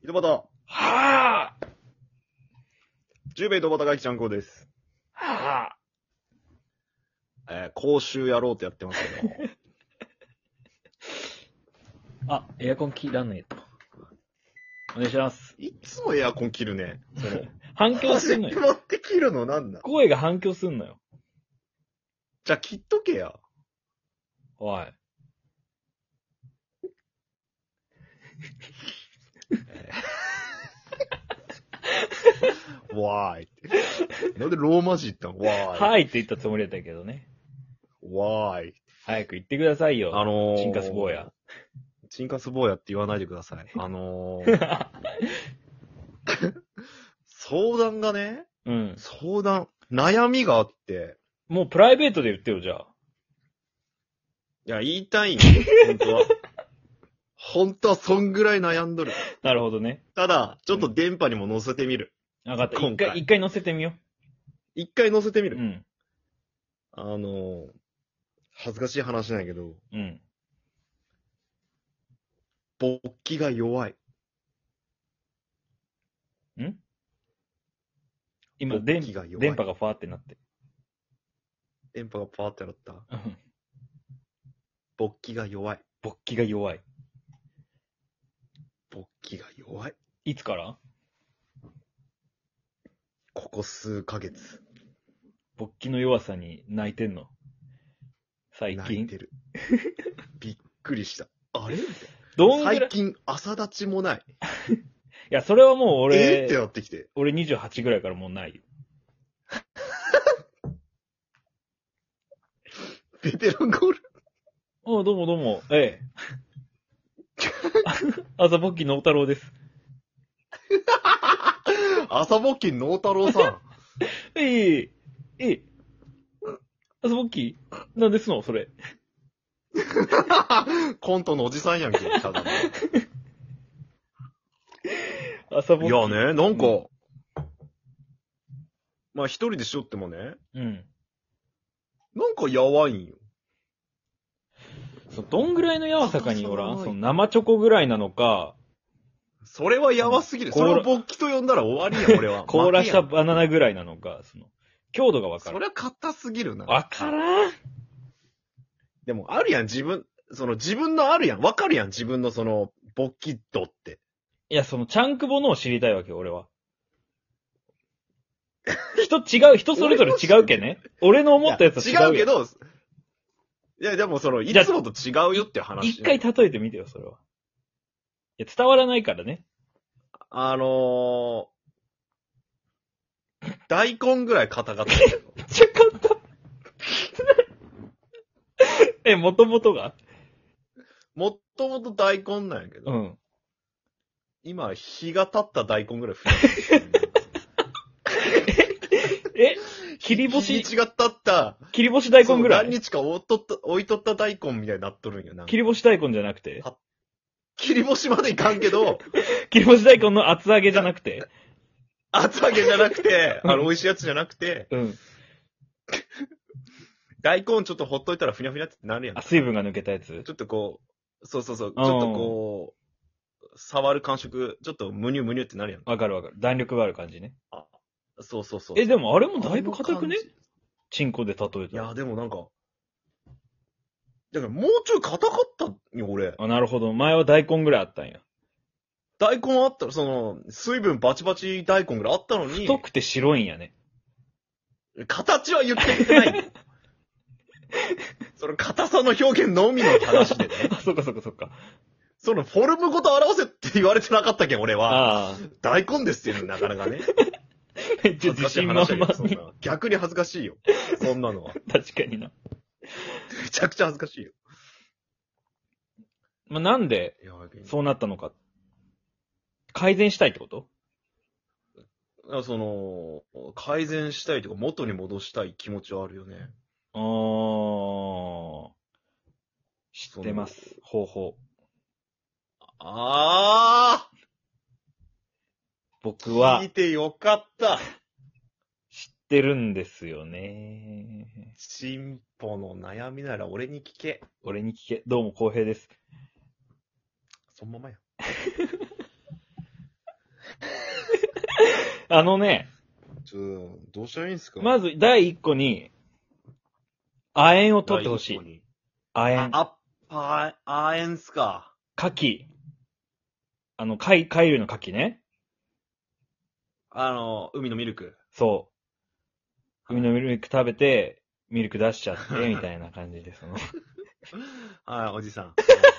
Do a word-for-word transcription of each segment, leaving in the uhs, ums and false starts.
井戸端、 はぁ十兵衛井戸端がきちゃんこです。 はえー、講習やろうとやってますけど。 ぁあ、エアコン切らないと。お願いします。 いつもエアコン切るね。その、 反響すんのよ。 始まって切るのなんだ。 声が反響すんのよ。 じゃあ切っとけや。 おい。 わーいって。なんでローマ字言ったのわーい。 はいって言ったつもりだったけどね。 わーい。 早く言ってくださいよ。 あのー、 チンカス坊や。 チンカス坊やって言わないでください。あのー、相談がね、 うん。 相談、悩みがあって、 もうプライベートで言ってよ、じゃあ。 いや、言いたいんよ、本当は。本当はそんぐらい悩んどる。 なるほどね。 ただ、ちょっと電波にも乗せてみる。 わかった。 今回一回、一回乗せてみよ一回乗せてみう。 る。 うん。 あのー、恥ずかしい話なんやけど、 うん。 勃起が弱い。 ん今、 勃電起が弱い電波がファーってなって。 電波がパーってなった。 うん勃起が弱い。 勃起が弱い。 勃起が弱い。 いつからここ数ヶ月。 勃起の弱さに泣いてんの最近。 泣いてる。びっくりした。あれみたいな。 どんぐらい最近朝立ちもない。 いや、それはもう俺、 えーってなってきて。 俺にじゅうはちぐらいからもうないよ。 ベテランゴール。 あどうもどうも。ええ。朝勃起の太郎です。 朝勃起の太郎さん。 ええ。ええ。朝勃起なんですのそれ。 コントのおじさんやんけ、ただの。 朝勃起。 いやね、なんか、 うん、 まあ一人でしょってもね、 うん。 なんかやわいんよ。 そう、どんぐらいのやわさかにおらん硬さがないその生チョコぐらいなのか、 それはやばすぎる。 コーラそれを勃起と呼んだら終わりや、俺は。 凍らした負けやバナナぐらいなのか、その、強度がわかる。 それは硬すぎるな。 わからん。 でも、あるやん、自分、その自分のあるやん。わかるやん、自分のその、勃起度って。 いや、その、チャンクボのを知りたいわけよ、俺は。人違う、人それぞれ違うけね。俺の思ったやつは違うやん。 違うけど、いや、でもその、いつもと違うよって話。 一回例えてみてよ、それは。いや、伝わらないからね。 あのー、大根ぐらい硬かった。 めっちゃ簡単。え、もともとがもっともと大根なんやけど、 うん。 今、日が経った大根ぐらい増えてる。 え、切り干し、 日が経った、 切り干し大根ぐらいそう何日か置いとった、置いとった大根みたいになっとるんよな。 切り干し大根じゃなくて切り干しまでいかんけど、 切り干し大根の厚揚げじゃなくて厚揚げじゃなくて、あの、美味しいやつじゃなくて、 うん。 大根ちょっとほっといたらふにゃふにゃってなるやんあ、。水分が抜けたやつちょっとこう、そうそうそう、ちうんょっとこう、触る感触、ちょっとムニュムニュってなるやん。 わかるわかる。弾力がある感じね。 あ、そうそうそう。 え、でもあれもだいぶ硬くねあの感じチンコで例えたら。 いや、でもなんか、だからもうちょい硬かったよ、俺。 あ、なるほど。前は大根ぐらいあったんや。 大根あったら、その、水分バチバチ大根ぐらいあったのに、 太くて白いんやね。 形は言ってくれない。その硬さの表現のみの話でね。 あ、そっかそっかそっか。 そのフォルムごと表せって言われてなかったけん、俺は。 ああ。 大根ですっていうのなかなかね。 めっちゃ自恥ずかしい信満話だけど、そん 々に。 な。逆に恥ずかしいよ。そんなのは。 確かにな。 めちゃくちゃ恥ずかしいよ。 まあ、なんで、 いや、 そうなったのか。改善したいってことその、改善したいというか、元に戻したい気持ちはあるよね。 あー。知ってます。方法。 あー僕は聞いてよかった。 知ってるんですよね。 チンポの悩みなら俺に聞け。 俺に聞け。どうも、公平です。 そのままや。 あのね、 ちょっと、どうしたらいいんすかまず第一個に、亜鉛を取ってほしい。 い。 亜鉛。 あ、あ、あ、あえんすか。 牡蠣。あの、貝、貝類の牡蠣ね。 あの、海のミルク。 そう。海のミルク食べて、ミルク出しちゃって、 はいみたいな感じで、その。 はい、おじさん。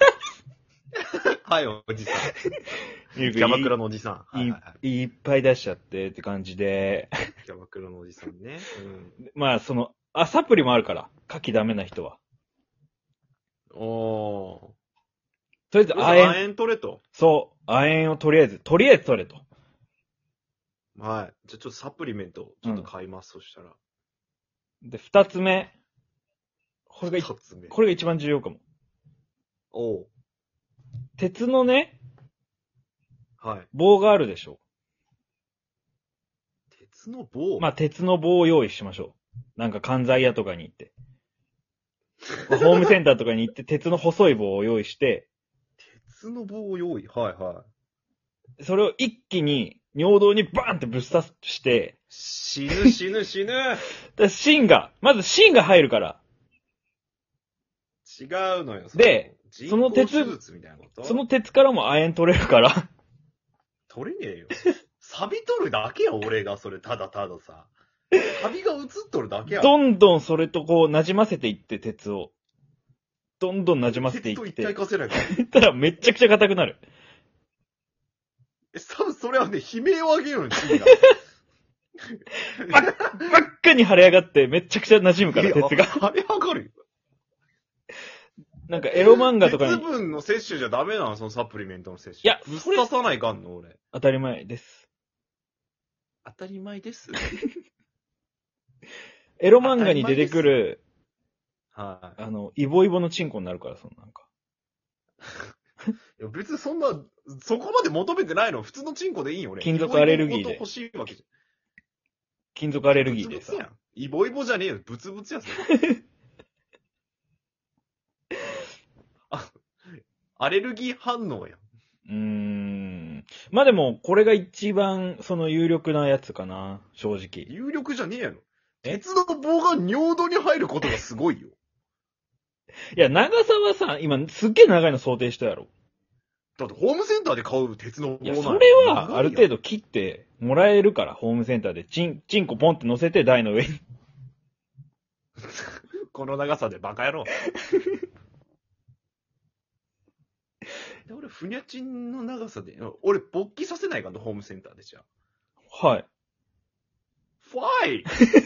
はい、おじさん。 ミルクキャバクラのおじさん。はいいはいはいいっぱい出しちゃってって感じで。 キャバクラのおじさんね。 まあ、その、あ、サプリもあるから。牡蠣ダメな人は。 うん。おー。 とりあえず、 とりあえず亜亜鉛。 鉛取れと。 そう。亜鉛をとりあえず、とりあえず取れと。 はい。じゃあちょっとサプリメント、ちょっと買います、そしたら。 で、二つ目。これがい、 二つ目。 これが一番重要かも。 おう。 鉄のね、 はい。 棒があるでしょ。 鉄の棒。 まあ、鉄の棒を用意しましょう。なんか、関材屋とかに行って。まあホームセンターとかに行って、鉄の細い棒を用意して、 鉄の棒を用意。はいはい。 それを一気に尿道にバーンってぶっ刺して、 死ぬ死ぬ死ぬで芯が、まず芯が入るから、 違うのよ。 で人その鉄工手術みたいなことその鉄からも亜鉛取れるから、 取れねえよ。錆び取るだけや、俺が、それ、ただたださ。カビが映っとるだけや。 どんどんそれとこう、馴染ませていって、鉄を。どんどん馴染ませてい鉄と一体って。 化せないから。 たらめっちゃくちゃ硬くなる。 え、多分それはね、悲鳴を上げるのに、次が。 ばっ、ばっかに腫れ上がって、めっちゃくちゃ馴染むから、鉄が。 あれ上がるよ。 なんかエロ漫画とか鉄に、 分の摂取じゃダメなの、そのサプリメントの摂取。 いやぶっそれ刺さないかんの、俺。 当たり前です。 当たり前です。 エロ漫画に出てくる、 はい。 あの、イボイボのチンコになるから、そのなんか。 いや別にそんな、そこまで求めてないの。普通のチンコでいいよ、俺。 金属アレルギーでイボイボごと欲しいわけじ金属アゃん。 レルギーでさ。 ブツブツやん。イボイボじゃねえよ。ブツブツや、それ。あ、アレルギー反応やん。 うーん。まあでも、これが一番、その有力なやつかな、正直。 有力じゃねえやろ。 え鉄の棒が尿道に入ることがすごいよ。 いや、長さはさ、今、すっげえ長いの想定したやろ。 だってホームセンターで買う鉄の棒いや、 なんそれは、ある程度切ってもらえるから、ホームセンターで。チン、チンコポンって乗せて台の上に。 この長さでバカ野郎。で俺、ふにゃちんの長さで、俺、勃起させないかんの、ホームセンターでじゃあ。 はい。 ファイ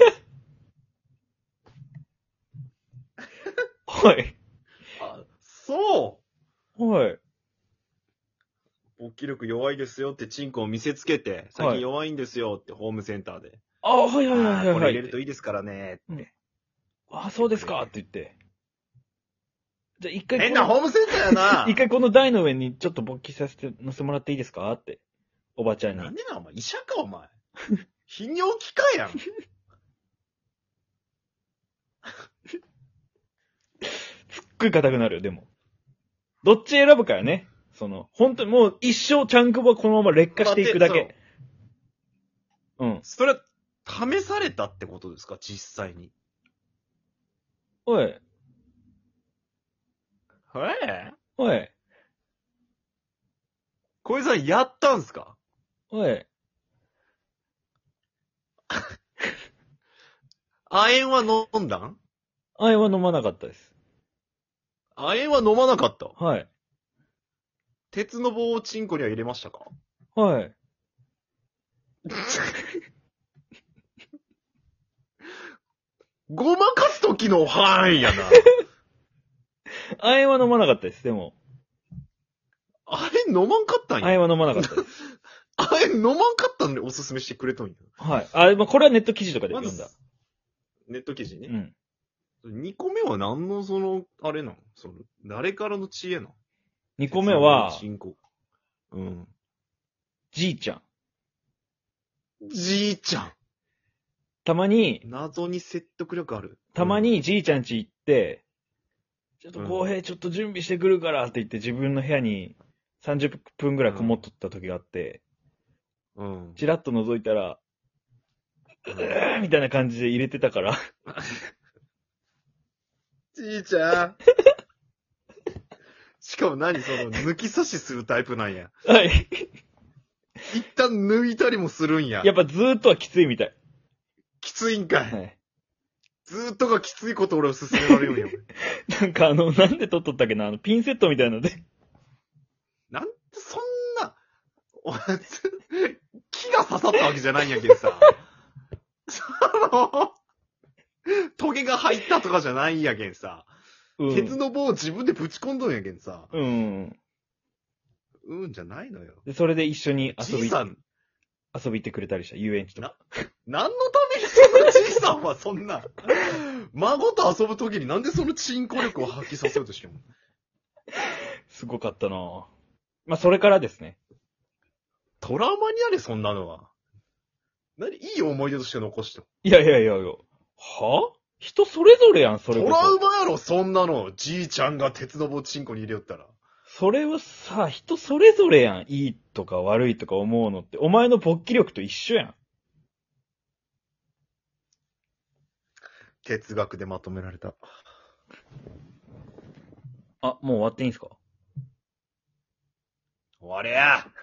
はい。 あ、そうはい。 勃起力弱いですよってチンコを見せつけて、最近弱いんですよってホームセンターで。 あ、はいはいはいはい、はい。 あーこれ入れるといいですからねって。 あ、そうですかって言って。じゃあ一回この、 変なホームセンターやな一回この台の上にちょっと勃起させて乗せてもらっていいですかって。おばちゃんに。 なんでな、お前。医者か、お前。泌尿器科やん。 すっごい硬くなるよ、でも。どっち選ぶかよね。その、本当にもう一生チャンクボはこのまま劣化していくだけ。うん。 それは、試されたってことですか実際に。 おい、 ええおい、 小井さんやったんすかおい。 亜鉛は飲んだんあれは飲まなかったです。 亜鉛は飲まなかった。 はい。 鉄の棒をチンコには入れましたかはい。 ごまかす時の範囲やな。 あれは飲まなかったです、でも。 あれ飲まんかったんや。 あれは飲まなかったです。 あれ飲まんかったんでおすすめしてくれとんや。 はい。あ、まあ、これはネット記事とかでま読んだ。 ず、ネット記事ね。 うん。 二個目は何のその、あれなのその、誰からの知恵なの二個目は、 チンコうん。 じいちゃん。 じいちゃん。 たまに、 謎に説得力ある。 たまにじいちゃん家行って、ちょっと公平ちょっと準備してくるからって言って自分の部屋にさんじゅっぷんぐらいこもっとった時があって、 うん。 チラッと覗いたら、うーみたいな感じで入れてたから。 じいちゃん。しかも何その、抜き差しするタイプなんや。 はい。 一旦抜いたりもするんや。 やっぱずーっとはきついみたい。 きついんかい。 はい。 ずーっとがきついこと俺を勧められるんや。 なんかあの、なんで撮っとったっけな、あの、ピンセットみたいなので。 なんでそんな、お木が刺さったわけじゃないんやけんさ。その、トゲが入ったとかじゃないんやけんさ。 うん。 鉄の棒を自分でぶち込んどんやけんさ。 うん。 うんじゃないのよ。 で、それで一緒に遊び、 じいさん、 遊び行ってくれたりした、遊園地とか。 何のためにそのじいさんはそんな、孫と遊ぶときになんでそのチンコ力を発揮させようとしてんの？ すごかったなぁ。まあ、それからですね。 トラウマにあれ、そんなのは。何いい思い出として残して。 いやいやいやいや。は人それぞれやん、それトこそ。 ラウマやろ、そんなの。じいちゃんが鉄の棒チンコに入れよったら。 それはさ、人それぞれやん。いいとか悪いとか思うのって。お前の勃起力と一緒やん。 哲学でまとめられた。 あ、もう終わっていいんすか？ 終われや。